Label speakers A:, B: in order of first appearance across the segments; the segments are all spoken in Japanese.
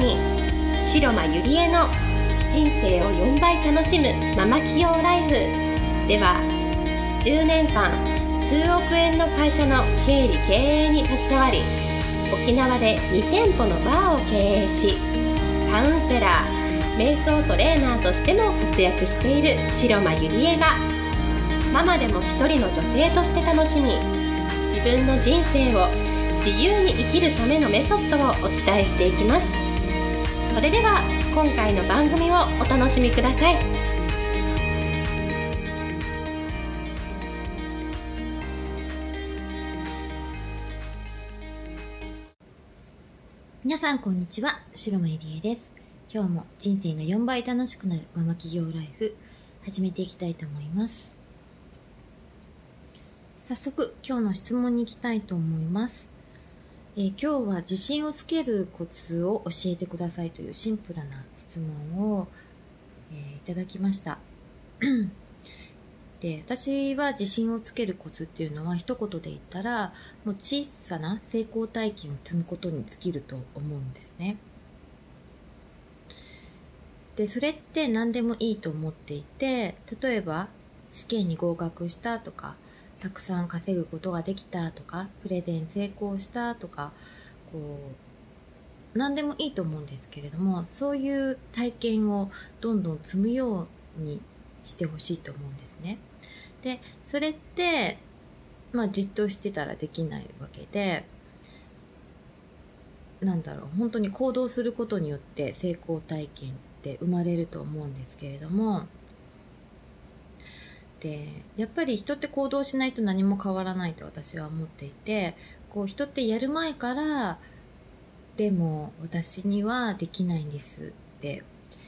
A: に白間ゆりえの人生を4倍楽しむママ企業ライフでは、10年間数億円の会社の経理経営に携わり、沖縄で2店舗のバーを経営し、カウンセラー、瞑想トレーナーとしても活躍している白間ゆりえが、ママでも一人の女性として楽しみ、自分の人生を自由に生きるためのメソッドをお伝えしていきます。それでは今回の番組をお楽しみください。
B: 皆さんこんにちは、白間ゆりえです。今日も人生が4倍楽しくなるママ企業ライフ始めていきたいと思います。早速今日の質問に行きたいと思います。今日は自信をつけるコツを教えてくださいというシンプルな質問を、いただきましたで、私は自信をつけるコツっていうのは一言で言ったら、もう小さな成功体験を積むことに尽きると思うんですね。で、それって何でもいいと思っていて、例えば試験に合格したとか、たくさん稼ぐことができたとか、プレゼン成功したとか、何でもいいと思うんですけれども、そういう体験をどんどん積むようにしてほしいと思うんですね。で、それって、じっとしてたらできないわけで、本当に行動することによって成功体験って生まれると思うんですけれども、で、やっぱり人って行動しないと何も変わらないと私は思っていて、人ってやる前から、でも私にはできないんですって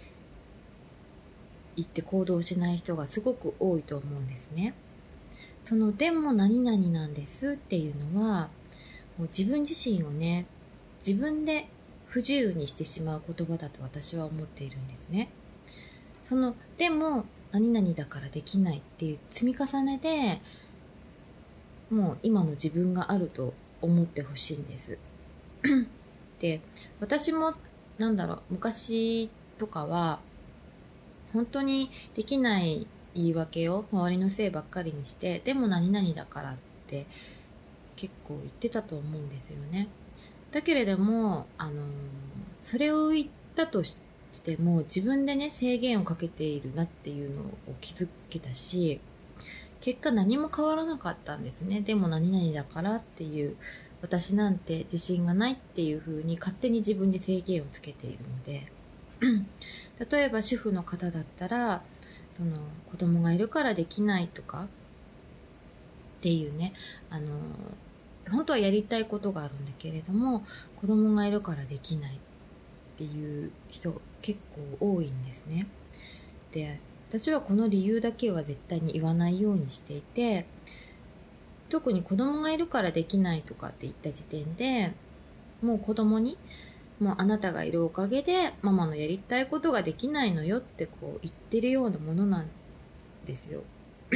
B: 言って行動しない人がすごく多いと思うんですね。そのでも何々なんですっていうのは、もう自分自身をね、自分で不自由にしてしまう言葉だと私は思っているんですね。そのでも何々だからできないっていう積み重ねで、もう今の自分があると思ってほしいんですで、私も昔とかは本当にできない言い訳を周りのせいばっかりにして、でも何々だからって結構言ってたと思うんですよね。だけれどもそれを言ったとしても自分でね、制限をかけているなっていうのを気づけたし、結果何も変わらなかったんですね。でも何々だからっていう、私なんて自信がないっていう風に勝手に自分に制限をつけているので例えば主婦の方だったら、子供がいるからできないとかっていうね、本当はやりたいことがあるんだけれども、子供がいるからできないっていう人結構多いんですね。で、私はこの理由だけは絶対に言わないようにしていて、特に子供がいるからできないとかって言った時点で、もう子供に、もうあなたがいるおかげでママのやりたいことができないのよって言ってるようなものなんですよ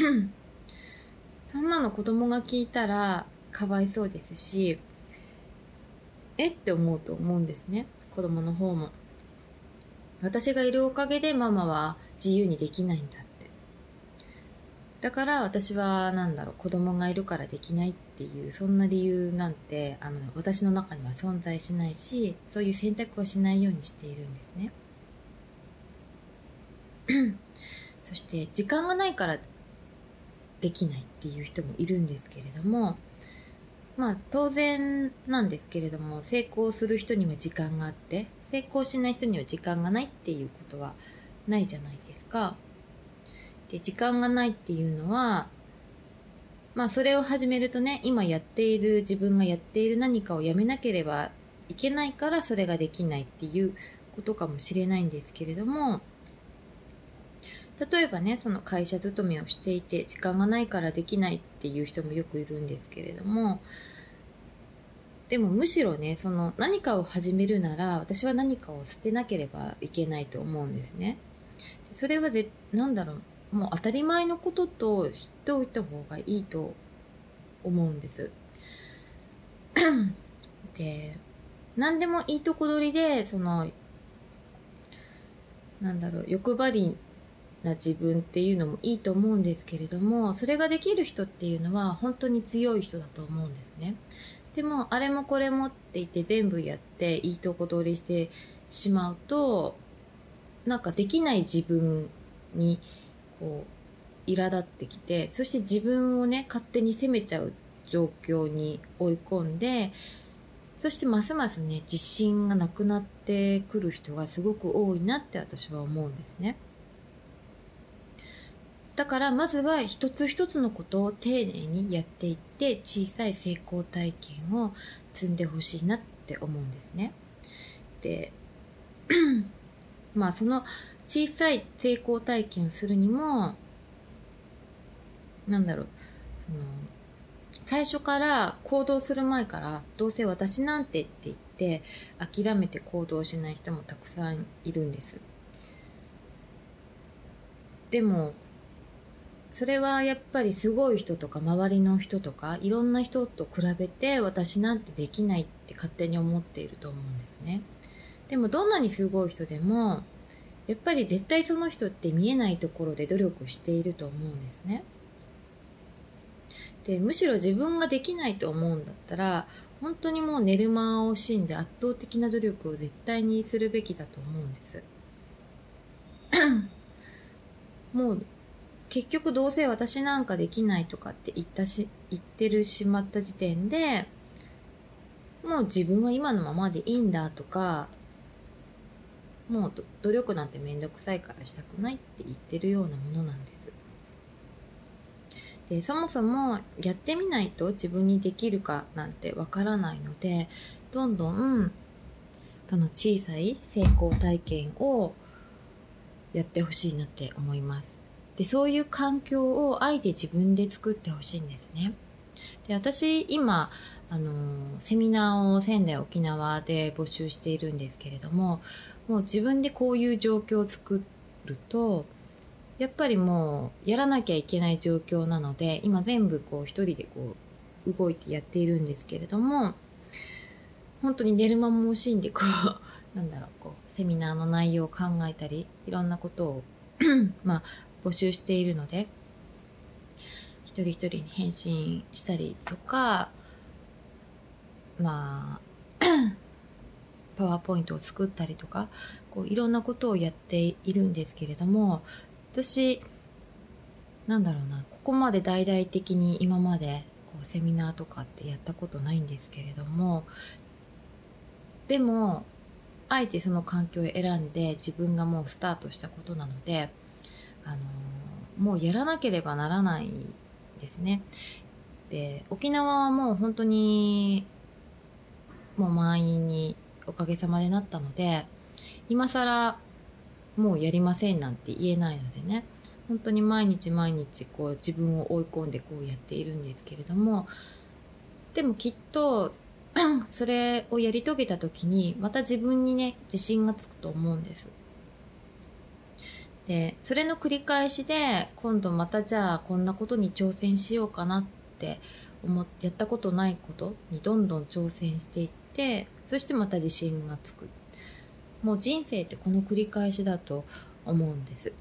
B: そんなの子供が聞いたらかわいそうですし、って思うと思うんですね。子供の方も、私がいるおかげでママは自由にできないんだって。だから私は子供がいるからできないっていう、そんな理由なんて私の中には存在しないし、そういう選択をしないようにしているんですねそして時間がないからできないっていう人もいるんですけれども、当然なんですけれども、成功する人には時間があって、成功しない人には時間がないっていうことはないじゃないですか。で、時間がないっていうのは、それを始めるとね、今自分がやっている何かをやめなければいけないからそれができないっていうことかもしれないんですけれども、例えばね、その会社勤めをしていて時間がないからできないっていう人もよくいるんですけれども、でもむしろね、何かを始めるなら私は何かを捨てなければいけないと思うんですね。それはもう当たり前のことと知っておいた方がいいと思うんですで、何でもいいとこ取りで欲張りな自分っていうのもいいと思うんですけれども、それができる人っていうのは本当に強い人だと思うんですね。でもあれもこれもって言って全部やっていいとこ取りしてしまうと、できない自分に苛立ってきて、そして自分をね勝手に責めちゃう状況に追い込んで、そしてますますね自信がなくなってくる人がすごく多いなって私は思うんですね。だからまずは一つ一つのことを丁寧にやっていって、小さい成功体験を積んでほしいなって思うんですね。でその小さい成功体験をするにも最初から行動する前からどうせ私なんてって言って諦めて行動しない人もたくさんいるんです。でもそれはやっぱりすごい人とか周りの人とかいろんな人と比べて私なんてできないって勝手に思っていると思うんですね。でもどんなにすごい人でもやっぱり絶対その人って見えないところで努力していると思うんですね。でむしろ自分ができないと思うんだったら本当にもう寝る間を惜しんで圧倒的な努力を絶対にするべきだと思うんですもう結局どうせ私なんかできないとかって言ってしまった時点でもう自分は今のままでいいんだとか、もう努力なんてめんどくさいからしたくないって言ってるようなものなんです。でそもそもやってみないと自分にできるかなんてわからないので、どんどんその小さい成功体験をやってほしいなって思います。でそういう環境をあえて自分で作ってほしいんですね。で私今セミナーを仙台沖縄で募集しているんですけれども、もう自分でこういう状況を作るとやっぱりもうやらなきゃいけない状況なので、今全部一人で動いてやっているんですけれども、本当に寝る間も惜しんでセミナーの内容を考えたりいろんなことを募集しているので、一人一人に返信したりとか、パワーポイントを作ったりとかいろんなことをやっているんですけれども、私ここまで大々的に今までセミナーとかってやったことないんですけれども、でもあえてその環境を選んで自分がもうスタートしたことなので、もうやらなければならないですね。で沖縄はもう本当にもう満員におかげさまでなったので、今更もうやりませんなんて言えないのでね、本当に毎日毎日自分を追い込んでやっているんですけれども、でもきっとそれをやり遂げた時にまた自分にね自信がつくと思うんです。でそれの繰り返しで今度またじゃあこんなことに挑戦しようかなってやったことないことにどんどん挑戦していって、そしてまた自信がつく。もう人生ってこの繰り返しだと思うんです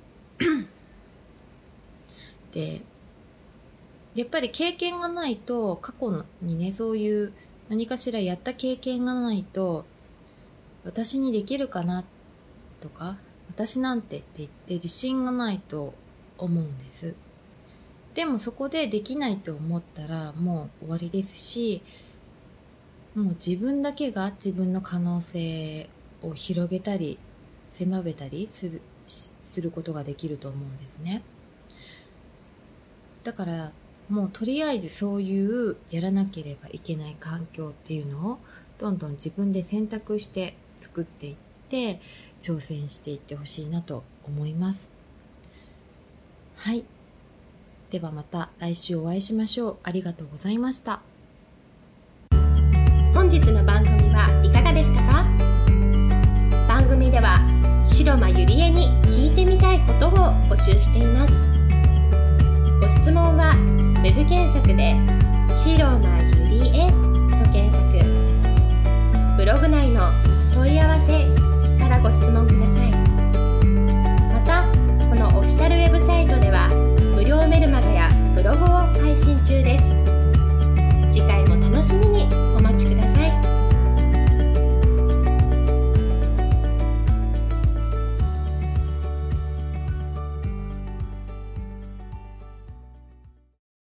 B: でやっぱり経験がないと、過去にねそういう何かしらやった経験がないと私にできるかなとか私なんてって言って自信がないと思うんです。でもそこでできないと思ったらもう終わりですし、もう自分だけが自分の可能性を広げたり狭めたりすることができると思うんですね。だからもうとりあえずそういうやらなければいけない環境っていうのをどんどん自分で選択して作っていって挑戦していってほしいなと思います。はい、ではまた来週お会いしましょう。ありがとうございました。
A: 本日の番組はいかがでしたか？番組では白間ゆりえに聞いてみたいことを募集しています。ご質問はウェブ検索で白間ゆ